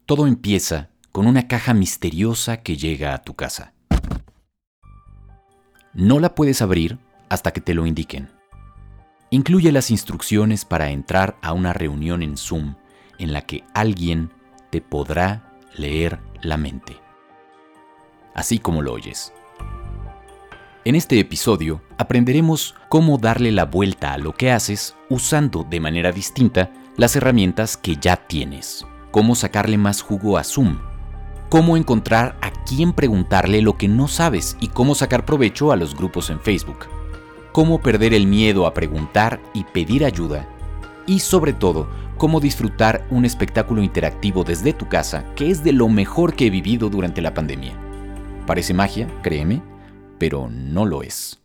Todo empieza con una caja misteriosa que llega a tu casa. No la puedes abrir hasta que te lo indiquen. Incluye las instrucciones para entrar a una reunión en Zoom en la que alguien te podrá leer la mente. Así como lo oyes. En este episodio aprenderemos cómo darle la vuelta a lo que haces usando de manera distinta las herramientas que ya tienes. Cómo sacarle más jugo a Zoom. Cómo encontrar a quién preguntarle lo que no sabes y cómo sacar provecho a los grupos en Facebook. Cómo perder el miedo a preguntar y pedir ayuda. Y sobre todo, cómo disfrutar un espectáculo interactivo desde tu casa, que es de lo mejor que he vivido durante la pandemia. Parece magia, créeme, pero no lo es.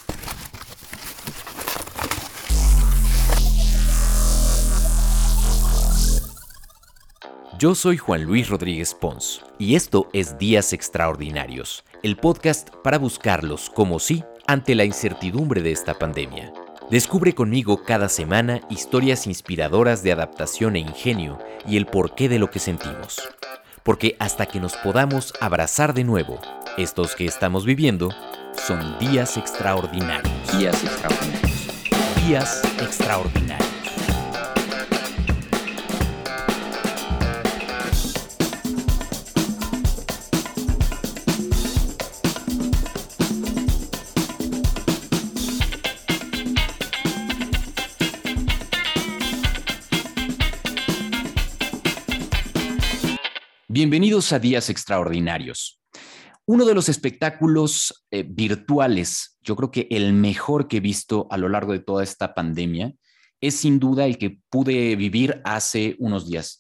Yo soy Juan Luis Rodríguez Pons y esto es Días Extraordinarios, el podcast para buscarlos como sí ante la incertidumbre de esta pandemia. Descubre conmigo cada semana historias inspiradoras de adaptación e ingenio y el porqué de lo que sentimos. Porque hasta que nos podamos abrazar de nuevo, estos que estamos viviendo son días extraordinarios. Días extraordinarios. Días extraordinarios. Bienvenidos a Días Extraordinarios. Uno de los espectáculos virtuales, yo creo que el mejor que he visto a lo largo de toda esta pandemia, es sin duda el que pude vivir hace unos días.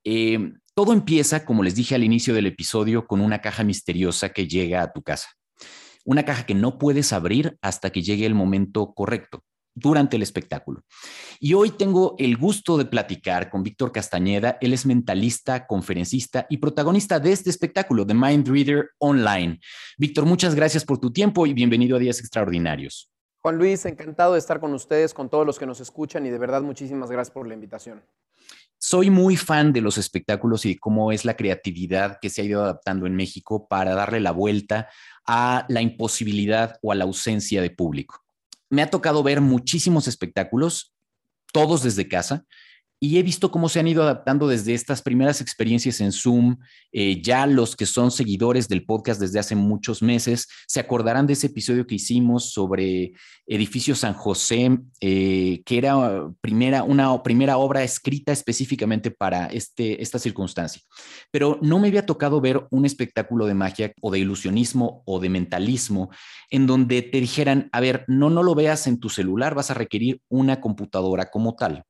Todo empieza, como les dije al inicio del episodio, con una caja misteriosa que llega a tu casa. Una caja que no puedes abrir hasta que llegue el momento correcto, durante el espectáculo. Y hoy tengo el gusto de platicar con Víctor Castañeda. Él es mentalista, conferencista y protagonista de este espectáculo, The Mind Reader Online. Víctor, muchas gracias por tu tiempo y bienvenido a Días Extraordinarios. Juan Luis, encantado de estar con ustedes, con todos los que nos escuchan y de verdad muchísimas gracias por la invitación. Soy muy fan de los espectáculos y de cómo es la creatividad que se ha ido adaptando en México para darle la vuelta a la imposibilidad o a la ausencia de público. Me ha tocado ver muchísimos espectáculos, todos desde casa, y he visto cómo se han ido adaptando desde estas primeras experiencias en Zoom. Ya los que son seguidores del podcast desde hace muchos meses se acordarán de ese episodio que hicimos sobre Edificio San José, que era una primera obra escrita específicamente para esta circunstancia. Pero no me había tocado ver un espectáculo de magia o de ilusionismo o de mentalismo en donde te dijeran, a ver, no lo veas en tu celular, vas a requerir una computadora como tal.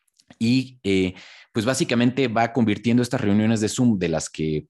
Y pues básicamente va convirtiendo estas reuniones de Zoom en las que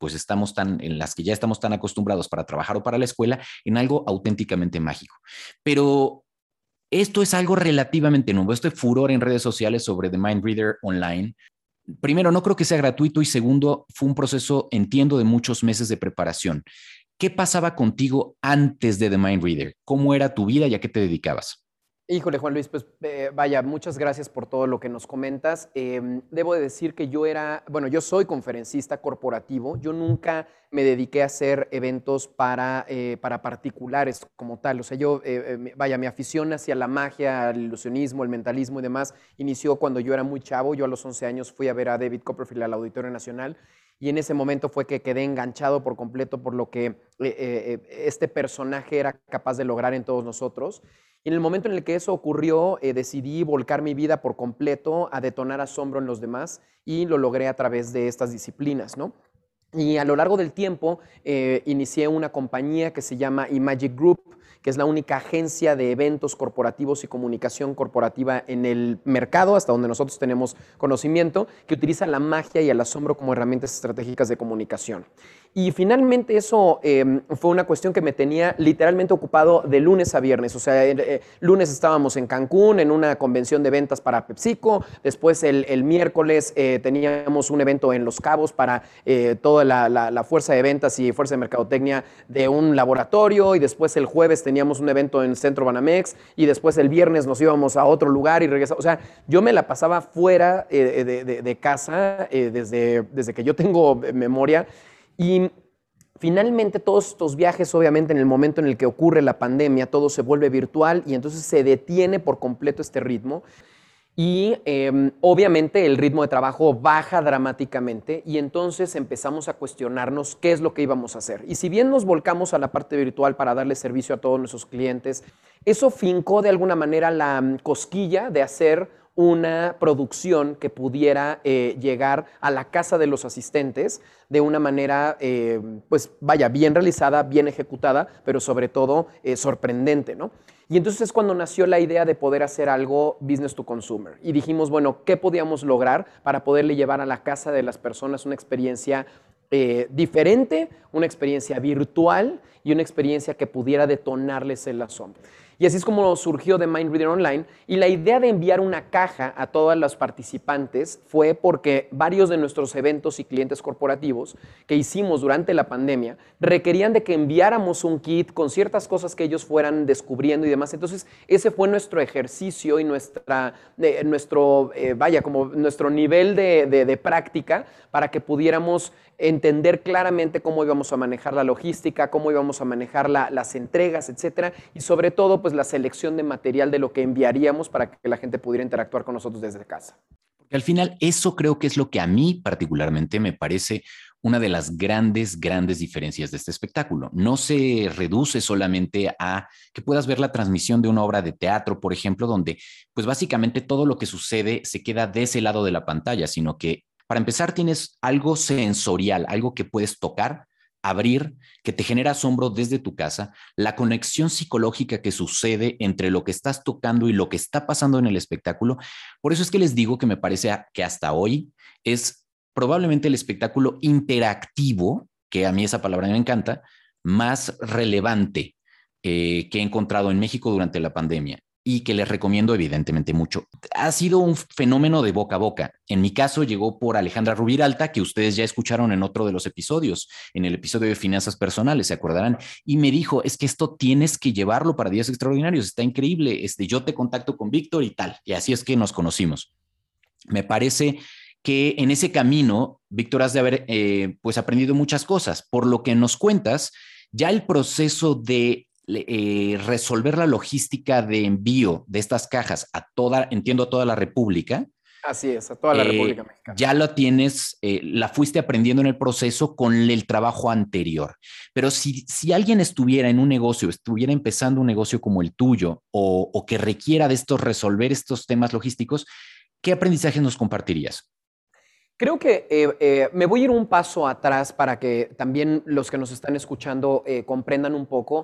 ya estamos tan acostumbrados para trabajar o para la escuela en algo auténticamente mágico. Pero esto es algo relativamente nuevo, este furor en redes sociales sobre The Mind Reader Online. Primero, no creo que sea gratuito y segundo, fue un proceso, entiendo, de muchos meses de preparación. ¿Qué pasaba contigo antes de The Mind Reader? ¿Cómo era tu vida y a qué te dedicabas? Híjole, Juan Luis, pues vaya, muchas gracias por todo lo que nos comentas. Debo de decir que yo soy conferencista corporativo. Yo nunca me dediqué a hacer eventos para particulares como tal. O sea, mi afición hacia la magia, el ilusionismo, el mentalismo y demás inició cuando yo era muy chavo. Yo a los 11 años fui a ver a David Copperfield al Auditorio Nacional. Y en ese momento fue que quedé enganchado por completo por lo que este personaje era capaz de lograr en todos nosotros. Y en el momento en el que eso ocurrió, decidí volcar mi vida por completo a detonar asombro en los demás y lo logré a través de estas disciplinas, ¿no? Y a lo largo del tiempo inicié una compañía que se llama Imagic Group, que es la única agencia de eventos corporativos y comunicación corporativa en el mercado, hasta donde nosotros tenemos conocimiento, que utiliza la magia y el asombro como herramientas estratégicas de comunicación. Y finalmente eso fue una cuestión que me tenía literalmente ocupado de lunes a viernes. O sea, lunes estábamos en Cancún en una convención de ventas para PepsiCo. Después el miércoles teníamos un evento en Los Cabos para toda la fuerza de ventas y fuerza de mercadotecnia de un laboratorio. Y después el jueves teníamos un evento en Centro Banamex. Y después el viernes nos íbamos a otro lugar y regresamos. O sea, yo me la pasaba fuera de casa desde que yo tengo memoria. Y finalmente todos estos viajes, obviamente en el momento en el que ocurre la pandemia, todo se vuelve virtual y entonces se detiene por completo este ritmo. Y obviamente el ritmo de trabajo baja dramáticamente y entonces empezamos a cuestionarnos qué es lo que íbamos a hacer. Y si bien nos volcamos a la parte virtual para darle servicio a todos nuestros clientes, eso fincó de alguna manera la cosquilla de hacer una producción que pudiera llegar a la casa de los asistentes de una manera, pues vaya, bien realizada, bien ejecutada, pero sobre todo sorprendente, ¿no? Y entonces es cuando nació la idea de poder hacer algo business to consumer. Y dijimos, bueno, ¿qué podíamos lograr para poderle llevar a la casa de las personas una experiencia diferente, una experiencia virtual y una experiencia que pudiera detonarles el asombro? Y así es como surgió The Mind Reader Online. Y la idea de enviar una caja a todos los participantes fue porque varios de nuestros eventos y clientes corporativos que hicimos durante la pandemia requerían de que enviáramos un kit con ciertas cosas que ellos fueran descubriendo y demás. Entonces, ese fue nuestro ejercicio y nuestro nivel de práctica para que pudiéramos entender claramente cómo íbamos a manejar la logística, cómo íbamos a manejar las entregas, etcétera, y sobre todo, pues la selección de material de lo que enviaríamos para que la gente pudiera interactuar con nosotros desde casa. Porque al final eso creo que es lo que a mí particularmente me parece una de las grandes, grandes diferencias de este espectáculo. No se reduce solamente a que puedas ver la transmisión de una obra de teatro, por ejemplo, donde pues básicamente todo lo que sucede se queda de ese lado de la pantalla, sino que para empezar tienes algo sensorial, algo que puedes tocar, abrir, que te genera asombro desde tu casa, la conexión psicológica que sucede entre lo que estás tocando y lo que está pasando en el espectáculo. Por eso es que les digo que me parece que hasta hoy es probablemente el espectáculo interactivo, que a mí esa palabra me encanta, más relevante que he encontrado en México durante la pandemia y que les recomiendo evidentemente mucho. Ha sido un fenómeno de boca a boca. En mi caso llegó por Alejandra Rubiralta, que ustedes ya escucharon en otro de los episodios, en el episodio de finanzas personales, se acordarán, y me dijo, es que esto tienes que llevarlo para días extraordinarios, está increíble, yo te contacto con Víctor y tal, y así es que nos conocimos. Me parece que en ese camino, Víctor, has de haber pues aprendido muchas cosas. Por lo que nos cuentas, ya el proceso de resolver la logística de envío de estas cajas entiendo, a toda la República. Así es, a toda la República Mexicana. Ya lo tienes, la fuiste aprendiendo en el proceso con el trabajo anterior. Pero si alguien estuviera en un negocio, estuviera empezando un negocio como el tuyo o que requiera de resolver estos temas logísticos, ¿qué aprendizajes nos compartirías? Creo que me voy a ir un paso atrás para que también los que nos están escuchando comprendan un poco.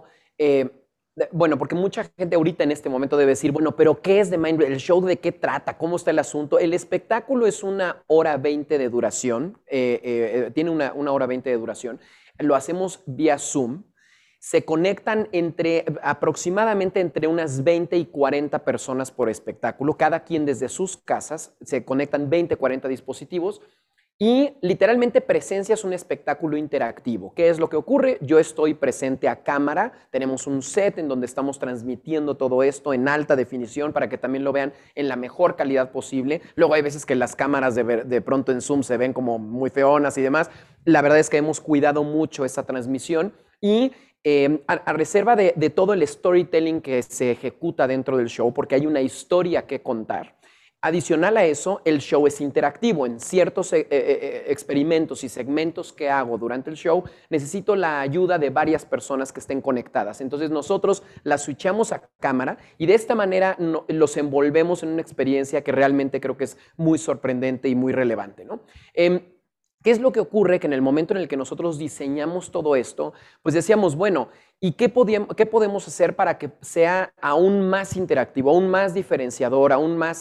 Bueno, porque mucha gente ahorita en este momento debe decir, bueno, pero ¿qué es The Mind Reader? ¿El show de qué trata? ¿Cómo está el asunto? El espectáculo es 1 hora 20 de duración, tiene una hora 20 de duración. Lo hacemos vía Zoom. Se conectan aproximadamente entre unas 20 y 40 personas por espectáculo, cada quien desde sus casas, se conectan 20, 40 dispositivos y literalmente presencias un espectáculo interactivo. ¿Qué es lo que ocurre? Yo estoy presente a cámara, tenemos un set en donde estamos transmitiendo todo esto en alta definición para que también lo vean en la mejor calidad posible. Luego hay veces que las cámaras de pronto en Zoom se ven como muy feonas y demás. La verdad es que hemos cuidado mucho esa transmisión y a reserva de todo el storytelling que se ejecuta dentro del show, porque hay una historia que contar. Adicional a eso, el show es interactivo. En ciertos experimentos y segmentos que hago durante el show, necesito la ayuda de varias personas que estén conectadas. Entonces nosotros las switchamos a cámara y de esta manera los envolvemos en una experiencia que realmente creo que es muy sorprendente y muy relevante, ¿no? ¿Qué es lo que ocurre? Que en el momento en el que nosotros diseñamos todo esto, pues decíamos, bueno, ¿y qué podemos hacer para que sea aún más interactivo, aún más diferenciador, aún más,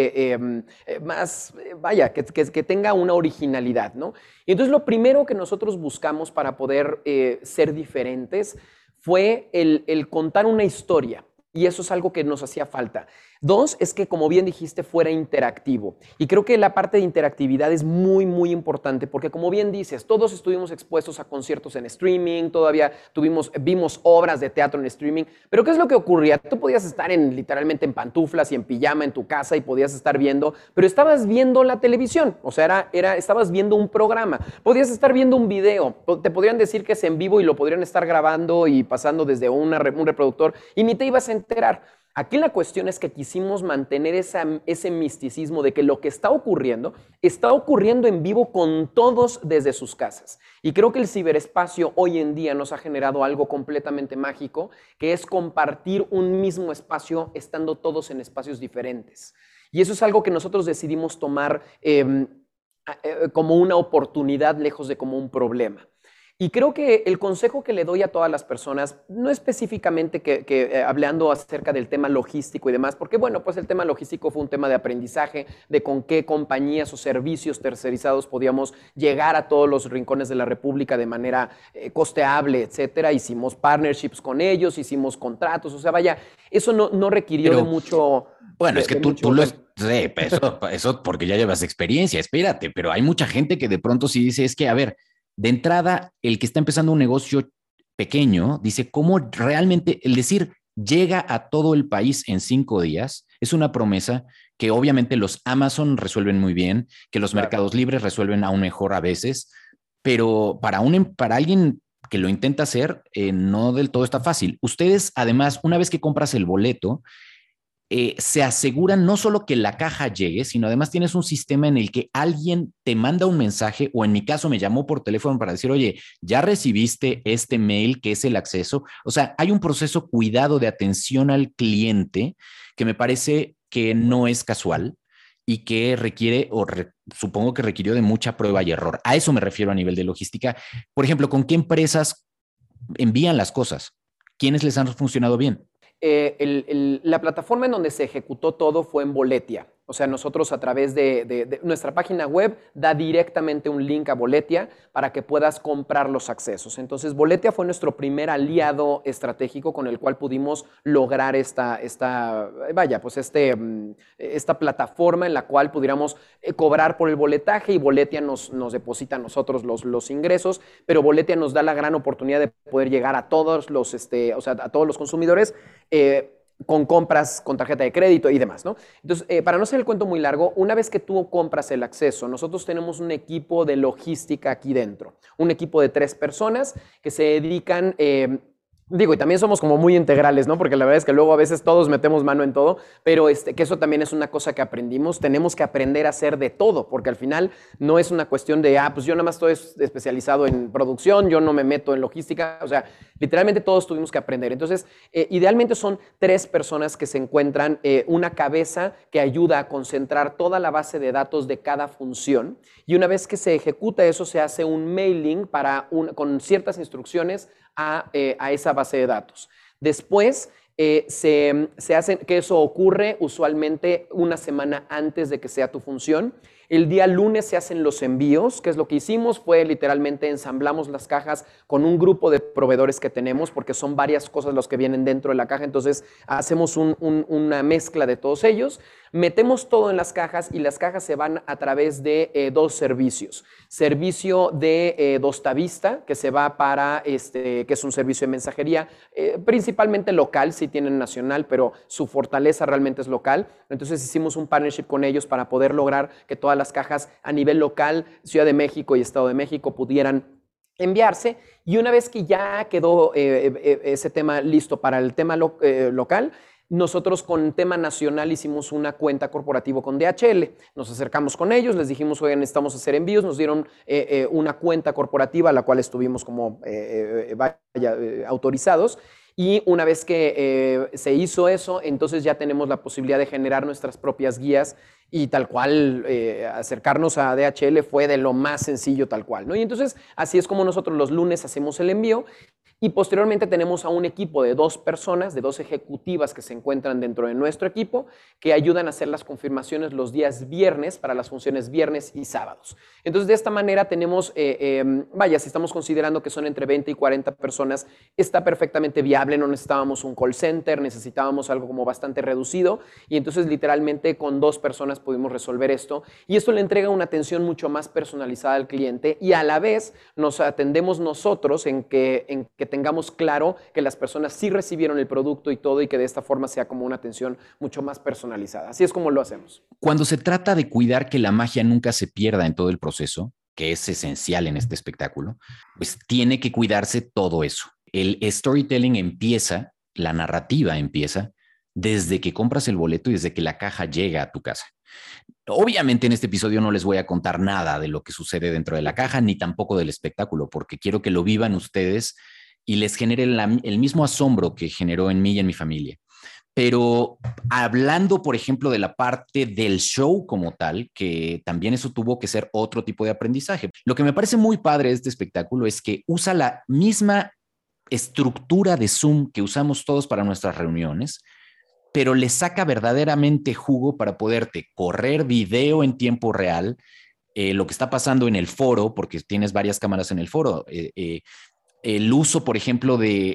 vaya, que tenga una originalidad, ¿no? Y entonces lo primero que nosotros buscamos para poder ser diferentes fue el contar una historia. Y eso es algo que nos hacía falta. Dos, es que, como bien dijiste, fuera interactivo. Y creo que la parte de interactividad es muy, muy importante porque, como bien dices, todos estuvimos expuestos a conciertos en streaming, todavía vimos obras de teatro en streaming, pero ¿qué es lo que ocurría? Tú podías estar literalmente en pantuflas y en pijama en tu casa y podías estar viendo, pero estabas viendo la televisión, o sea, estabas viendo un programa, podías estar viendo un video, te podrían decir que es en vivo y lo podrían estar grabando y pasando desde un reproductor y ni te ibas a enterar. Aquí la cuestión es que quisimos mantener ese misticismo de que lo que está ocurriendo en vivo con todos desde sus casas. Y creo que el ciberespacio hoy en día nos ha generado algo completamente mágico, que es compartir un mismo espacio estando todos en espacios diferentes. Y eso es algo que nosotros decidimos tomar como una oportunidad lejos de como un problema. Y creo que el consejo que le doy a todas las personas, no específicamente hablando acerca del tema logístico y demás, porque bueno, pues el tema logístico fue un tema de aprendizaje, de con qué compañías o servicios tercerizados podíamos llegar a todos los rincones de la República de manera costeable, etcétera. Hicimos partnerships con ellos, hicimos contratos, o sea, vaya, eso no requirió de mucho... Bueno, es que tú lo... Sí, eso porque ya llevas experiencia, espérate, pero hay mucha gente que de pronto sí dice, es que, a ver, de entrada, el que está empezando un negocio pequeño dice cómo realmente el decir llega a todo el país en 5 días es una promesa que obviamente los Amazon resuelven muy bien, que los mercados libres resuelven aún mejor a veces, pero para alguien que lo intenta hacer, no del todo está fácil. Ustedes, además, una vez que compras el boleto, se aseguran no solo que la caja llegue, sino además tienes un sistema en el que alguien te manda un mensaje o en mi caso me llamó por teléfono para decir, oye, ya recibiste este mail que es el acceso. O sea, hay un proceso cuidado de atención al cliente que me parece que no es casual y que requiere, supongo que requirió de mucha prueba y error. A eso me refiero a nivel de logística. Por ejemplo, ¿con qué empresas envían las cosas? ¿Quiénes les han funcionado bien? La plataforma en donde se ejecutó todo fue en Boletia. O sea, nosotros a través de nuestra página web da directamente un link a Boletia para que puedas comprar los accesos. Entonces, Boletia fue nuestro primer aliado estratégico con el cual pudimos lograr esta plataforma en la cual pudiéramos cobrar por el boletaje y Boletia nos deposita a nosotros los ingresos, pero Boletia nos da la gran oportunidad de poder llegar a todos a todos los consumidores con compras con tarjeta de crédito y demás, ¿no? Entonces, para no hacer el cuento muy largo, una vez que tú compras el acceso, nosotros tenemos un equipo de logística aquí dentro, un equipo de 3 personas que se dedican... y también somos como muy integrales, ¿no? Porque la verdad es que luego a veces todos metemos mano en todo, pero que eso también es una cosa que aprendimos. Tenemos que aprender a hacer de todo, porque al final no es una cuestión de, pues yo nada más estoy especializado en producción, yo no me meto en logística. O sea, literalmente todos tuvimos que aprender. Entonces, idealmente son 3 personas que se encuentran, una cabeza que ayuda a concentrar toda la base de datos de cada función. Y una vez que se ejecuta eso, se hace un mailing con ciertas instrucciones a esa base de datos. Después se hace, que eso ocurre usualmente una semana antes de que sea tu función. El día lunes se hacen los envíos, que es lo que hicimos, fue literalmente ensamblamos las cajas con un grupo de proveedores que tenemos, porque son varias cosas los que vienen dentro de la caja, entonces hacemos una mezcla de todos ellos, metemos todo en las cajas y las cajas se van a través de 2 servicios. Servicio de Dostavista, que se va para, que es un servicio de mensajería, principalmente local, sí tienen nacional, pero su fortaleza realmente es local. Entonces hicimos un partnership con ellos para poder lograr que todas las cajas a nivel local, Ciudad de México y Estado de México pudieran enviarse. Y una vez que ya quedó ese tema listo para el tema local, nosotros con tema nacional hicimos una cuenta corporativa con DHL. Nos acercamos con ellos, les dijimos, oigan, necesitamos hacer envíos. Nos dieron una cuenta corporativa a la cual estuvimos como autorizados. Y una vez que se hizo eso, entonces ya tenemos la posibilidad de generar nuestras propias guías y tal cual acercarnos a DHL fue de lo más sencillo tal cual, ¿no? Y entonces así es como nosotros los lunes hacemos el envío y posteriormente tenemos a un equipo de 2 personas, de 2 ejecutivas que se encuentran dentro de nuestro equipo, que ayudan a hacer las confirmaciones los días viernes para las funciones viernes y sábados. Entonces, de esta manera tenemos, vaya, si estamos considerando que son entre 20 y 40 personas, está perfectamente viable, no necesitábamos un call center, necesitábamos algo como bastante reducido y entonces literalmente con 2 personas pudimos resolver esto y esto le entrega una atención mucho más personalizada al cliente y a la vez nos atendemos nosotros en que tengamos claro que las personas sí recibieron el producto y todo y que de esta forma sea como una atención mucho más personalizada. Así es como lo hacemos. Cuando se trata de cuidar que la magia nunca se pierda en todo el proceso, que es esencial en este espectáculo, pues tiene que cuidarse todo eso. El storytelling empieza, la narrativa empieza desde que compras el boleto y desde que la caja llega a tu casa. Obviamente en este episodio no les voy a contar nada de lo que sucede dentro de la caja, ni tampoco del espectáculo, porque quiero que lo vivan ustedes y les genere el mismo asombro que generó en mí y en mi familia. Pero hablando, por ejemplo, de la parte del show como tal, que también eso tuvo que ser otro tipo de aprendizaje. Lo que me parece muy padre de este espectáculo es que usa la misma estructura de Zoom que usamos todos para nuestras reuniones, pero le saca verdaderamente jugo para poderte correr video en tiempo real, lo que está pasando en el foro, porque tienes varias cámaras en el foro, el uso, por ejemplo, de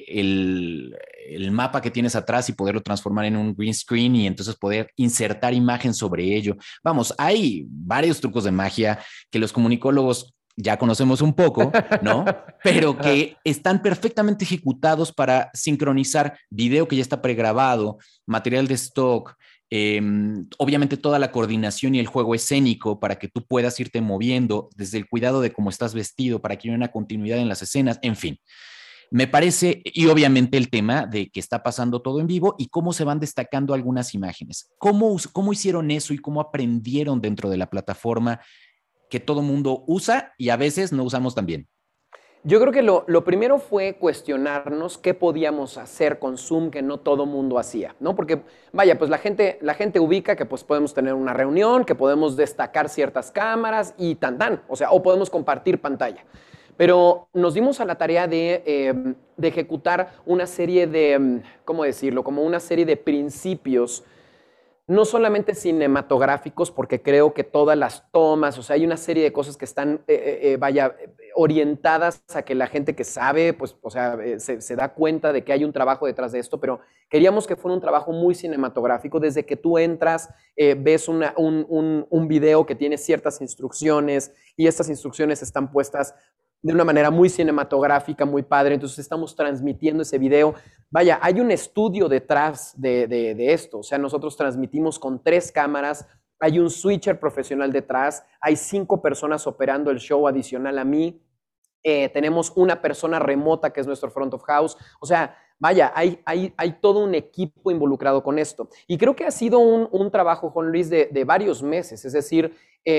el mapa que tienes atrás y poderlo transformar en un green screen y entonces poder insertar imagen sobre ello. Vamos, hay varios trucos de magia que los comunicólogos ya conocemos un poco, ¿no? Pero que están perfectamente ejecutados para sincronizar video que ya está pregrabado, material de stock, obviamente toda la coordinación y el juego escénico para que tú puedas irte moviendo, desde el cuidado de cómo estás vestido, para que haya una continuidad en las escenas, en fin. Me parece, y obviamente el tema de que está pasando todo en vivo y cómo se van destacando algunas imágenes. ¿Cómo hicieron eso y cómo aprendieron dentro de la plataforma que todo mundo usa y a veces no usamos también? Yo creo que lo primero fue cuestionarnos qué podíamos hacer con Zoom que no todo mundo hacía, ¿no? Porque, vaya, pues la gente ubica que pues podemos tener una reunión, que podemos destacar ciertas cámaras y tan, o sea, o podemos compartir pantalla. Pero nos dimos a la tarea de ejecutar una serie de, ¿cómo decirlo? Como una serie de principios no solamente cinematográficos, porque creo que todas las tomas, o sea, hay una serie de cosas que están, vaya, orientadas a que la gente que sabe, pues, o sea, se da cuenta de que hay un trabajo detrás de esto, pero queríamos que fuera un trabajo muy cinematográfico, desde que tú entras, ves un video que tiene ciertas instrucciones y estas instrucciones están puestas de una manera muy cinematográfica, muy padre, entonces estamos transmitiendo ese video. Vaya, hay un estudio detrás de esto, o sea, nosotros transmitimos con 3 cámaras, hay un switcher profesional detrás, hay 5 personas operando el show adicional a mí, tenemos una persona remota que es nuestro front of house, o sea, vaya, hay todo un equipo involucrado con esto. Y creo que ha sido un trabajo, Juan Luis, de varios meses, es decir,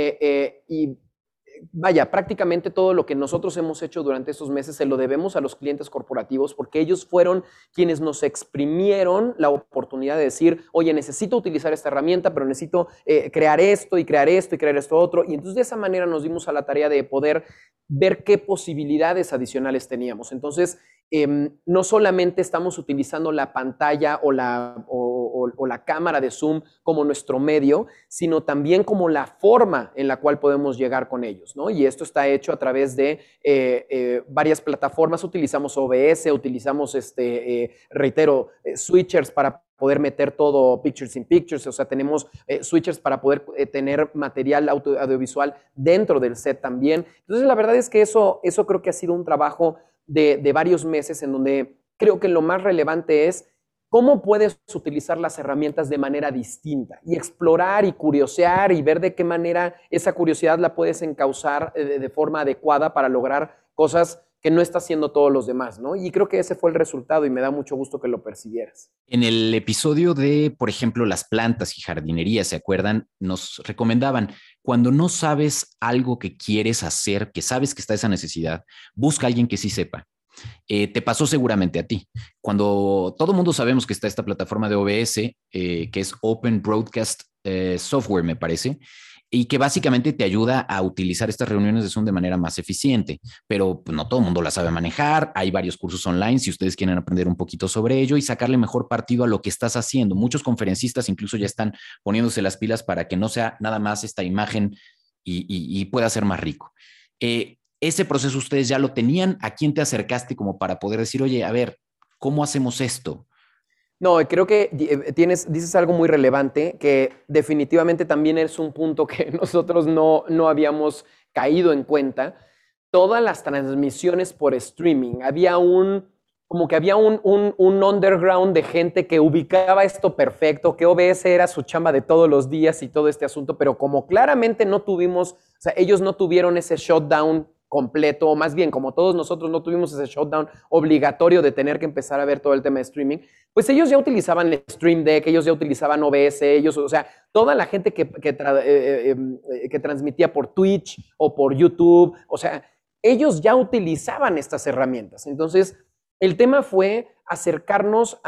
y vaya, prácticamente todo lo que nosotros hemos hecho durante estos meses se lo debemos a los clientes corporativos porque ellos fueron quienes nos exprimieron la oportunidad de decir, oye, necesito utilizar esta herramienta, pero necesito crear esto y crear esto y crear esto otro. Y entonces de esa manera nos dimos a la tarea de poder ver qué posibilidades adicionales teníamos. Entonces, no solamente estamos utilizando la pantalla o la cámara de Zoom como nuestro medio, sino también como la forma en la cual podemos llegar con ellos, ¿no? Y esto está hecho a través de varias plataformas. Utilizamos OBS, utilizamos, reitero, switchers para poder meter todo Pictures in Pictures, o sea, tenemos switchers para poder tener material audiovisual dentro del set también. Entonces, la verdad es que eso creo que ha sido un trabajo de varios meses en donde creo que lo más relevante es cómo puedes utilizar las herramientas de manera distinta y explorar y curiosear y ver de qué manera esa curiosidad la puedes encauzar de forma adecuada para lograr cosas que no está haciendo todos los demás, ¿no? Y creo que ese fue el resultado y me da mucho gusto que lo percibieras. En el episodio de, por ejemplo, las plantas y jardinería, ¿se acuerdan? Nos recomendaban, cuando no sabes algo que quieres hacer, que sabes que está esa necesidad, busca a alguien que sí sepa. Te pasó seguramente a ti. Cuando todo mundo sabemos que está esta plataforma de OBS, que es Open Broadcast Software, me parece, y que básicamente te ayuda a utilizar estas reuniones de Zoom de manera más eficiente, pero pues, no todo el mundo la sabe manejar. Hay varios cursos online si ustedes quieren aprender un poquito sobre ello y sacarle mejor partido a lo que estás haciendo. Muchos conferencistas incluso ya están poniéndose las pilas para que no sea nada más esta imagen y pueda ser más rico. Ese proceso ustedes ya lo tenían. ¿A quién te acercaste como para poder decir, oye, a ver, ¿cómo hacemos esto? No, creo que dices algo muy relevante, que definitivamente también es un punto que nosotros no habíamos caído en cuenta. Todas las transmisiones por streaming, como que había un underground de gente que ubicaba esto perfecto, que OBS era su chamba de todos los días y todo este asunto, pero como claramente no tuvimos, o sea, ellos no tuvieron ese shutdown completo, o más bien como todos nosotros no tuvimos ese shutdown obligatorio de tener que empezar a ver todo el tema de streaming, pues ellos ya utilizaban el Stream Deck, ellos ya utilizaban OBS, ellos, o sea, toda la gente que transmitía por Twitch o por YouTube, o sea, ellos ya utilizaban estas herramientas. Entonces, el tema fue acercarnos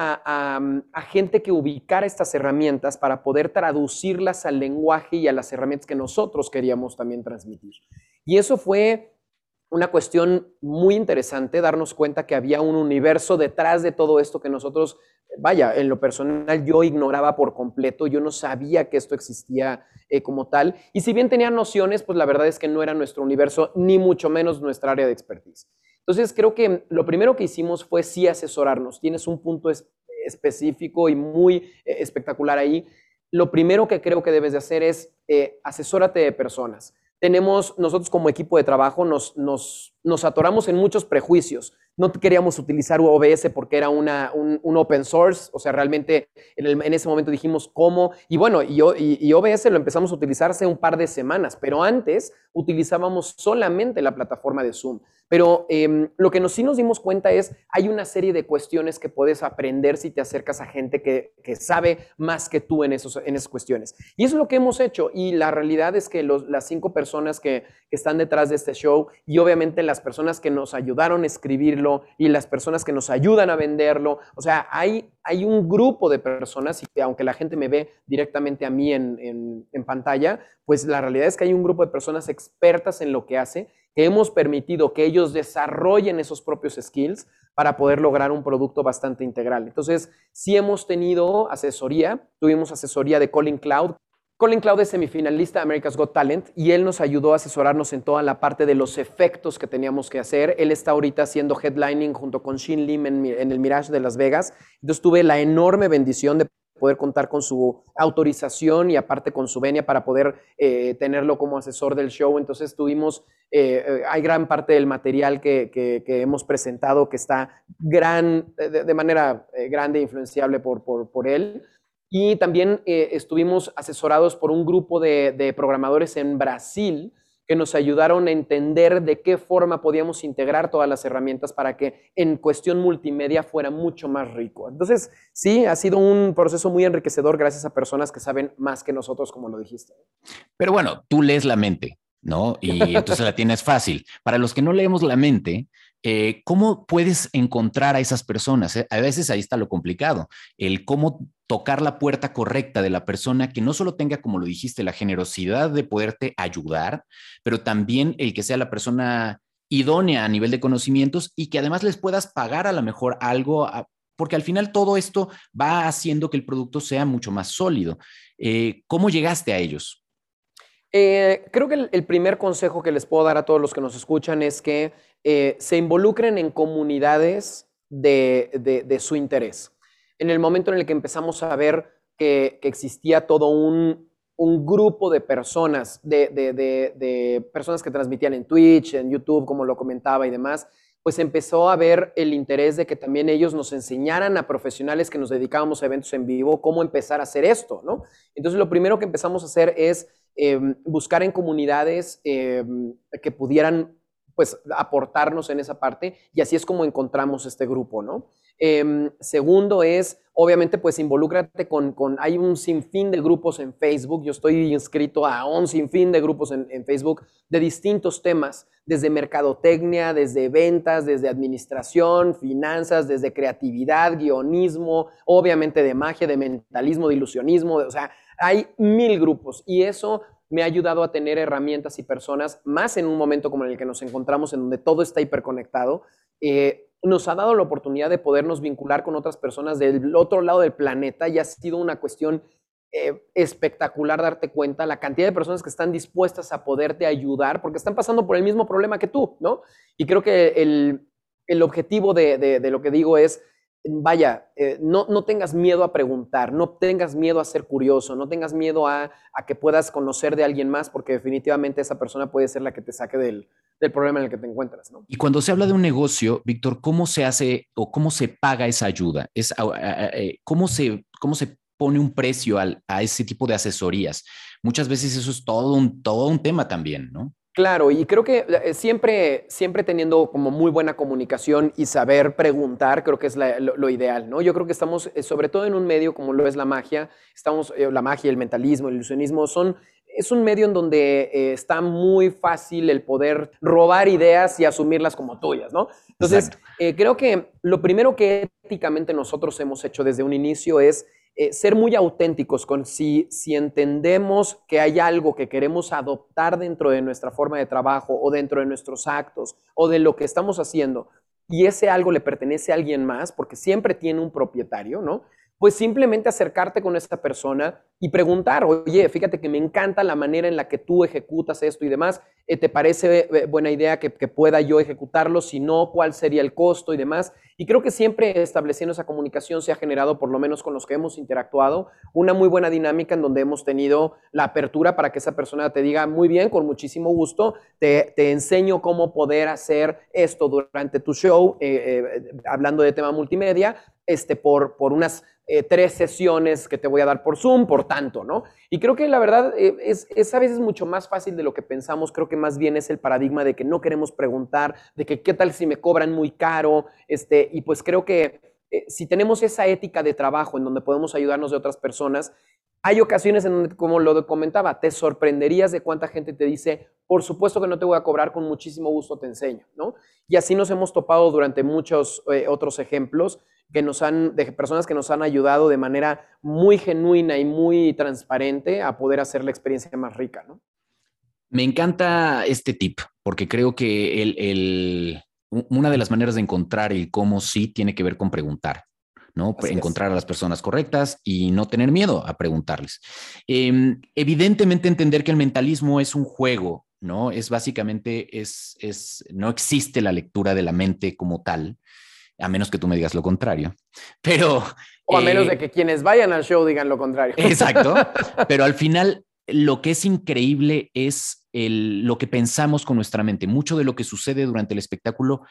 a gente que ubicara estas herramientas para poder traducirlas al lenguaje y a las herramientas que nosotros queríamos también transmitir. Y eso fue una cuestión muy interesante, darnos cuenta que había un universo detrás de todo esto que nosotros, vaya, en lo personal yo ignoraba por completo, yo no sabía que esto existía como tal, y si bien tenía nociones, pues la verdad es que no era nuestro universo, ni mucho menos nuestra área de expertise. Entonces creo que lo primero que hicimos fue sí asesorarnos. Tienes un punto específico y muy espectacular ahí. Lo primero que creo que debes de hacer es asesórate de personas. Nosotros como equipo de trabajo nos atoramos en muchos prejuicios. No queríamos utilizar OBS porque era un open source, o sea, realmente en ese momento dijimos cómo, y bueno, y OBS lo empezamos a utilizar hace un par de semanas, pero antes utilizábamos solamente la plataforma de Zoom. Pero lo que sí nos dimos cuenta es, hay una serie de cuestiones que puedes aprender si te acercas a gente que sabe más que tú en esas cuestiones. Y eso es lo que hemos hecho, y la realidad es que las 5 personas que están detrás de este show, y obviamente las personas que nos ayudaron a escribirlo, y las personas que nos ayudan a venderlo, o sea, hay un grupo de personas, y aunque la gente me ve directamente a mí en pantalla, pues la realidad es que hay un grupo de personas expertas en lo que hace, que hemos permitido que ellos desarrollen esos propios skills para poder lograr un producto bastante integral. Entonces, sí hemos tenido asesoría, tuvimos asesoría de Colin Cloud. Colin Cloud es semifinalista de America's Got Talent y él nos ayudó a asesorarnos en toda la parte de los efectos que teníamos que hacer. Él está ahorita haciendo headlining junto con Shin Lim en el Mirage de Las Vegas. Entonces tuve la enorme bendición de poder contar con su autorización y aparte con su venia para poder tenerlo como asesor del show. Entonces hay gran parte del material que hemos presentado que está de manera grande e influenciable por él. Y también estuvimos asesorados por un grupo de programadores en Brasil que nos ayudaron a entender de qué forma podíamos integrar todas las herramientas para que en cuestión multimedia fuera mucho más rico. Entonces, sí, ha sido un proceso muy enriquecedor gracias a personas que saben más que nosotros, como lo dijiste. Pero bueno, tú lees la mente, ¿no? Y entonces la tienes fácil. Para los que no leemos la mente, ¿cómo puedes encontrar a esas personas? A veces ahí está lo complicado, el cómo tocar la puerta correcta de la persona que no solo tenga, como lo dijiste, la generosidad de poderte ayudar, pero también el que sea la persona idónea a nivel de conocimientos y que además les puedas pagar a lo mejor algo, porque al final todo esto va haciendo que el producto sea mucho más sólido. ¿Cómo llegaste a ellos? Creo que el primer consejo que les puedo dar a todos los que nos escuchan es que se involucren en comunidades de su interés. En el momento en el que empezamos a ver que existía todo un grupo de personas, de personas que transmitían en Twitch, en YouTube, como lo comentaba y demás, pues empezó a ver el interés de que también ellos nos enseñaran a profesionales que nos dedicábamos a eventos en vivo cómo empezar a hacer esto, ¿no? Entonces lo primero que empezamos a hacer es buscar en comunidades que pudieran pues aportarnos en esa parte y así es como encontramos este grupo, ¿no? Segundo es, obviamente, pues involúcrate hay un sinfín de grupos en Facebook, yo estoy inscrito a un sinfín de grupos en Facebook de distintos temas, desde mercadotecnia, desde ventas, desde administración, finanzas, desde creatividad, guionismo, obviamente de magia, de mentalismo, de ilusionismo, o sea, hay 1000 grupos y eso me ha ayudado a tener herramientas y personas, más en un momento como en el que nos encontramos, en donde todo está hiperconectado, nos ha dado la oportunidad de podernos vincular con otras personas del otro lado del planeta y ha sido una cuestión espectacular darte cuenta la cantidad de personas que están dispuestas a poderte ayudar porque están pasando por el mismo problema que tú, ¿no? Y creo que el objetivo de lo que digo es, vaya, no tengas miedo a preguntar, no tengas miedo a ser curioso, no tengas miedo a que puedas conocer de alguien más, porque definitivamente esa persona puede ser la que te saque del problema en el que te encuentras, ¿no? Y cuando se habla de un negocio, Víctor, ¿cómo se hace o cómo se paga esa ayuda? ¿Cómo se pone un precio a ese tipo de asesorías? Muchas veces eso es todo un tema también, ¿no? Claro, y creo que siempre teniendo como muy buena comunicación y saber preguntar, creo que es lo ideal, ¿no? Yo creo que estamos, sobre todo en un medio como lo es la magia, la magia, el mentalismo, el ilusionismo, es un medio en donde está muy fácil el poder robar ideas y asumirlas como tuyas, ¿no? Entonces, creo que lo primero que éticamente nosotros hemos hecho desde un inicio es ser muy auténticos con si entendemos que hay algo que queremos adoptar dentro de nuestra forma de trabajo o dentro de nuestros actos o de lo que estamos haciendo y ese algo le pertenece a alguien más, porque siempre tiene un propietario, ¿no? Pues simplemente acercarte con esa persona y preguntar, oye, fíjate que me encanta la manera en la que tú ejecutas esto y demás, ¿te parece buena idea que pueda yo ejecutarlo? Si no, ¿cuál sería el costo y demás? Y creo que siempre estableciendo esa comunicación se ha generado, por lo menos con los que hemos interactuado, una muy buena dinámica en donde hemos tenido la apertura para que esa persona te diga, muy bien, con muchísimo gusto, te enseño cómo poder hacer esto durante tu show, hablando de tema multimedia, por unas 3 sesiones que te voy a dar por Zoom, por tanto, ¿no? Y creo que la verdad es a veces mucho más fácil de lo que pensamos, creo que más bien es el paradigma de que no queremos preguntar, de que qué tal si me cobran muy caro, y pues creo que si tenemos esa ética de trabajo en donde podemos ayudarnos de otras personas, hay ocasiones en donde, como lo comentaba, te sorprenderías de cuánta gente te dice, por supuesto que no te voy a cobrar, con muchísimo gusto te enseño, ¿no? Y así nos hemos topado durante muchos otros ejemplos de personas que nos han ayudado de manera muy genuina y muy transparente a poder hacer la experiencia más rica, ¿no? Me encanta este tip, porque creo que una de las maneras de encontrar el cómo sí tiene que ver con preguntar, ¿no? Así es. Encontrar a las personas correctas y no tener miedo a preguntarles. Evidentemente entender que el mentalismo es un juego, ¿no? Es básicamente, no existe la lectura de la mente como tal, a menos que tú me digas lo contrario. Pero... O a menos de que quienes vayan al show digan lo contrario. Exacto, pero al final lo que es increíble es lo que pensamos con nuestra mente. Mucho de lo que sucede durante el espectáculo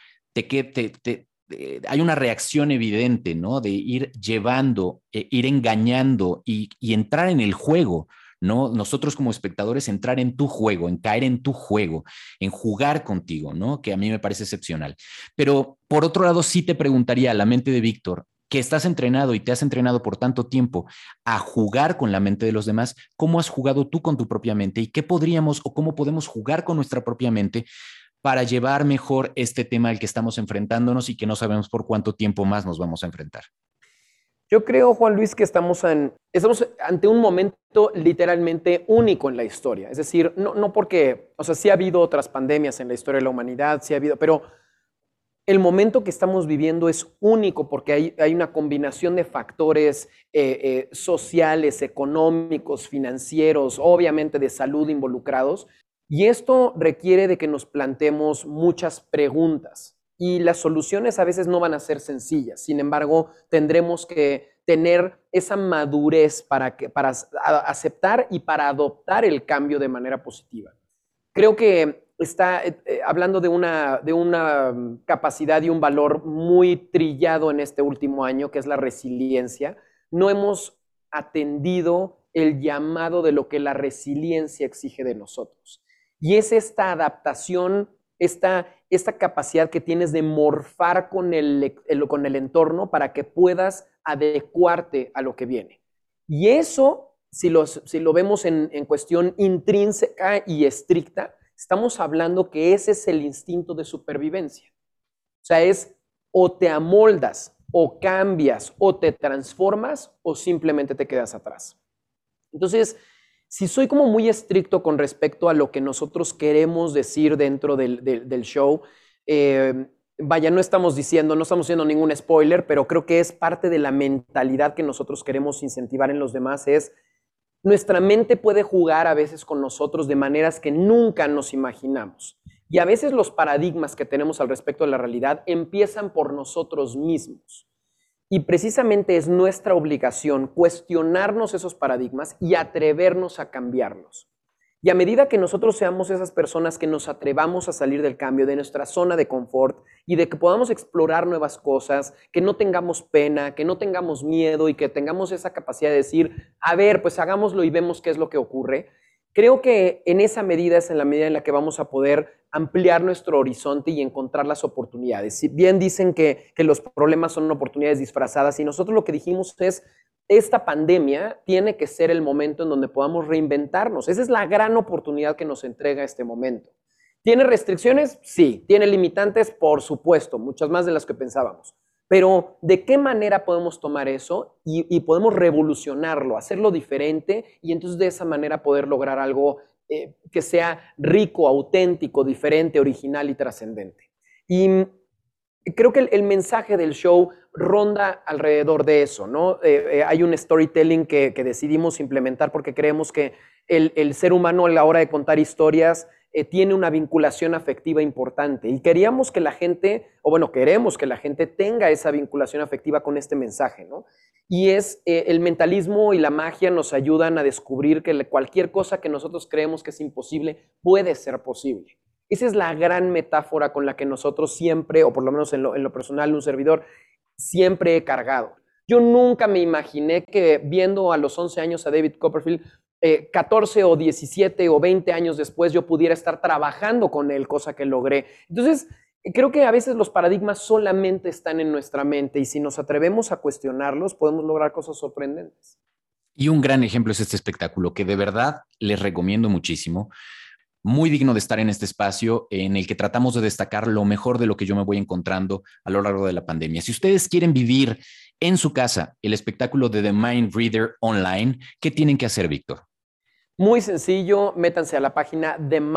hay una reacción evidente, ¿no? De ir llevando, ir engañando y entrar en el juego, ¿no? Nosotros como espectadores entrar en tu juego, en caer en tu juego, en jugar contigo, ¿no? Que a mí me parece excepcional. Pero por otro lado, sí te preguntaría a la mente de Víctor, que estás entrenado y te has entrenado por tanto tiempo a jugar con la mente de los demás, ¿cómo has jugado tú con tu propia mente y qué podríamos o cómo podemos jugar con nuestra propia mente para llevar mejor este tema al que estamos enfrentándonos y que no sabemos por cuánto tiempo más nos vamos a enfrentar? Yo creo, Juan Luis, que estamos ante un momento literalmente único en la historia. Es decir, no porque, o sea, sí ha habido otras pandemias en la historia de la humanidad, sí ha habido, pero el momento que estamos viviendo es único porque hay una combinación de factores sociales, económicos, financieros, obviamente de salud involucrados. Y esto requiere de que nos planteemos muchas preguntas. Y las soluciones a veces no van a ser sencillas. Sin embargo, tendremos que tener esa madurez para aceptar y para adoptar el cambio de manera positiva. Creo que está hablando de una capacidad y un valor muy trillado en este último año, que es la resiliencia. No hemos atendido el llamado de lo que la resiliencia exige de nosotros. Y es esta adaptación, esta esta capacidad que tienes de morfar con con el entorno para que puedas adecuarte a lo que viene. Y eso, si lo vemos en cuestión intrínseca y estricta, estamos hablando que ese es el instinto de supervivencia. O sea, es o te amoldas, o cambias, o te transformas, o simplemente te quedas atrás. Entonces, si soy como muy estricto con respecto a lo que nosotros queremos decir dentro del show, vaya, no estamos haciendo ningún spoiler, pero creo que es parte de la mentalidad que nosotros queremos incentivar en los demás, es nuestra mente puede jugar a veces con nosotros de maneras que nunca nos imaginamos. Y a veces los paradigmas que tenemos al respecto de la realidad empiezan por nosotros mismos. Y precisamente es nuestra obligación cuestionarnos esos paradigmas y atrevernos a cambiarlos. Y a medida que nosotros seamos esas personas que nos atrevamos a salir del cambio, de nuestra zona de confort y de que podamos explorar nuevas cosas, que no tengamos pena, que no tengamos miedo y que tengamos esa capacidad de decir, a ver, pues hagámoslo y vemos qué es lo que ocurre, creo que en esa medida es en la medida en la que vamos a poder ampliar nuestro horizonte y encontrar las oportunidades. Si bien dicen que los problemas son oportunidades disfrazadas y nosotros lo que dijimos es, esta pandemia tiene que ser el momento en donde podamos reinventarnos. Esa es la gran oportunidad que nos entrega este momento. ¿Tiene restricciones? Sí. ¿Tiene limitantes? Por supuesto, muchas más de las que pensábamos. Pero ¿de qué manera podemos tomar eso y podemos revolucionarlo, hacerlo diferente y entonces de esa manera poder lograr algo que sea rico, auténtico, diferente, original y trascendente? Y creo que el mensaje del show ronda alrededor de eso, ¿no? Hay un storytelling que decidimos implementar porque creemos que el ser humano a la hora de contar historias tiene una vinculación afectiva importante y queríamos que la gente, o bueno, queremos que la gente tenga esa vinculación afectiva con este mensaje, ¿no? Y es el mentalismo y la magia nos ayudan a descubrir que cualquier cosa que nosotros creemos que es imposible puede ser posible. Esa es la gran metáfora con la que nosotros siempre, o por lo menos en lo personal, un servidor, siempre he cargado. Yo nunca me imaginé que viendo a los 11 años a David Copperfield, 14 o 17 o 20 años después yo pudiera estar trabajando con él, cosa que logré. Entonces, creo que a veces los paradigmas solamente están en nuestra mente y si nos atrevemos a cuestionarlos, podemos lograr cosas sorprendentes. Y un gran ejemplo es este espectáculo que de verdad les recomiendo muchísimo. Muy digno de estar en este espacio en el que tratamos de destacar lo mejor de lo que yo me voy encontrando a lo largo de la pandemia. Si ustedes quieren vivir en su casa el espectáculo de The Mind Reader online, ¿qué tienen que hacer, Víctor? Muy sencillo, métanse a la página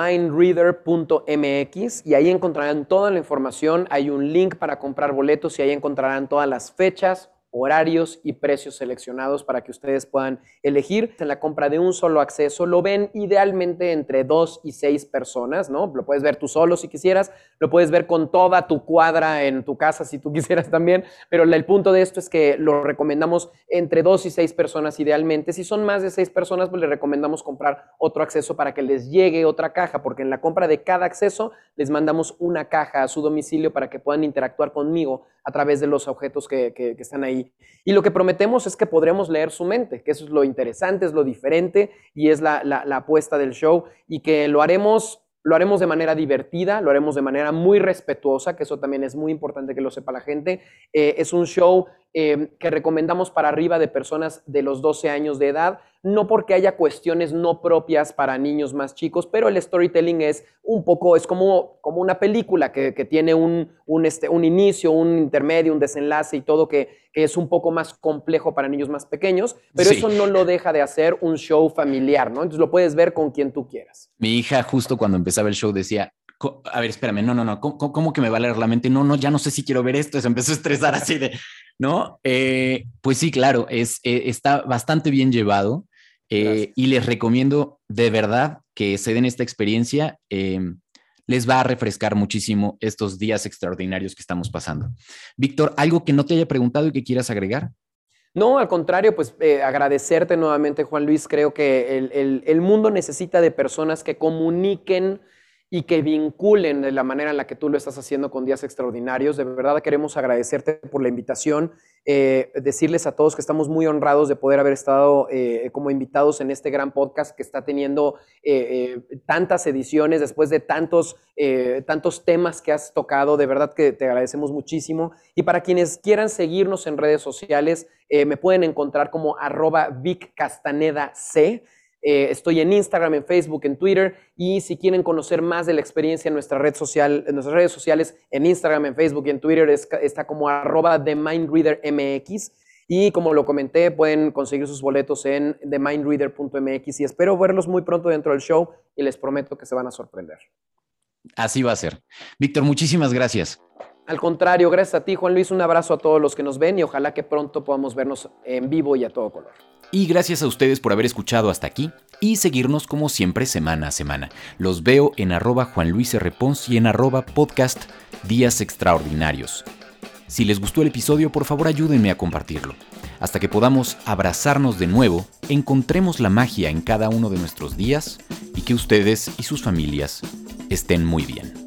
themindreader.mx y ahí encontrarán toda la información. Hay un link para comprar boletos y ahí encontrarán todas las fechas, horarios y precios seleccionados para que ustedes puedan elegir. En la compra de un solo acceso lo ven idealmente entre 2 y 6 personas, ¿no? Lo puedes ver tú solo si quisieras, lo puedes ver con toda tu cuadra en tu casa si tú quisieras también, pero el punto de esto es que lo recomendamos entre 2 y 6 personas idealmente. Si son más de 6 personas, pues les recomendamos comprar otro acceso para que les llegue otra caja, porque en la compra de cada acceso les mandamos una caja a su domicilio para que puedan interactuar conmigo a través de los objetos que están ahí. Y lo que prometemos es que podremos leer su mente, que eso es lo interesante, es lo diferente y es la apuesta del show y que lo haremos de manera divertida, lo haremos de manera muy respetuosa, que eso también es muy importante que lo sepa la gente. Es un show que recomendamos para arriba de personas de los 12 años de edad, no porque haya cuestiones no propias para niños más chicos, pero el storytelling es un poco, es como una película que tiene un inicio, un intermedio, un desenlace y todo que es un poco más complejo para niños más pequeños, pero sí, eso no lo deja de hacer un show familiar, ¿no? Entonces lo puedes ver con quien tú quieras. Mi hija justo cuando empezaba el show decía, a ver, espérame, no, ¿cómo que me va a leer la mente? No, ya no sé si quiero ver esto, se empezó a estresar así de, ¿no? Pues sí, claro, está bastante bien llevado y les recomiendo de verdad que se den esta experiencia. Les va a refrescar muchísimo estos días extraordinarios que estamos pasando. Víctor, ¿algo que no te haya preguntado y que quieras agregar? No, al contrario, pues agradecerte nuevamente, Juan Luis. Creo que el mundo necesita de personas que comuniquen y que vinculen de la manera en la que tú lo estás haciendo con Días Extraordinarios. De verdad queremos agradecerte por la invitación, decirles a todos que estamos muy honrados de poder haber estado como invitados en este gran podcast que está teniendo tantas ediciones después de tantos temas que has tocado. De verdad que te agradecemos muchísimo. Y para quienes quieran seguirnos en redes sociales, me pueden encontrar como @VicCastanedaC. Estoy en Instagram, en Facebook, en Twitter, y si quieren conocer más de la experiencia en nuestra red social, en nuestras redes sociales, en Instagram, en Facebook y en Twitter está como @TheMindReaderMX, y como lo comenté, pueden conseguir sus boletos en TheMindReader.mx, y espero verlos muy pronto dentro del show y les prometo que se van a sorprender. Así va a ser. Víctor, muchísimas gracias. Al contrario, gracias a ti, Juan Luis, un abrazo a todos los que nos ven y ojalá que pronto podamos vernos en vivo y a todo color. Y gracias a ustedes por haber escuchado hasta aquí y seguirnos como siempre semana a semana. Los veo en @JuanLuisRPons y en @podcast Días Extraordinarios. Si les gustó el episodio, por favor ayúdenme a compartirlo. Hasta que podamos abrazarnos de nuevo, encontremos la magia en cada uno de nuestros días y que ustedes y sus familias estén muy bien.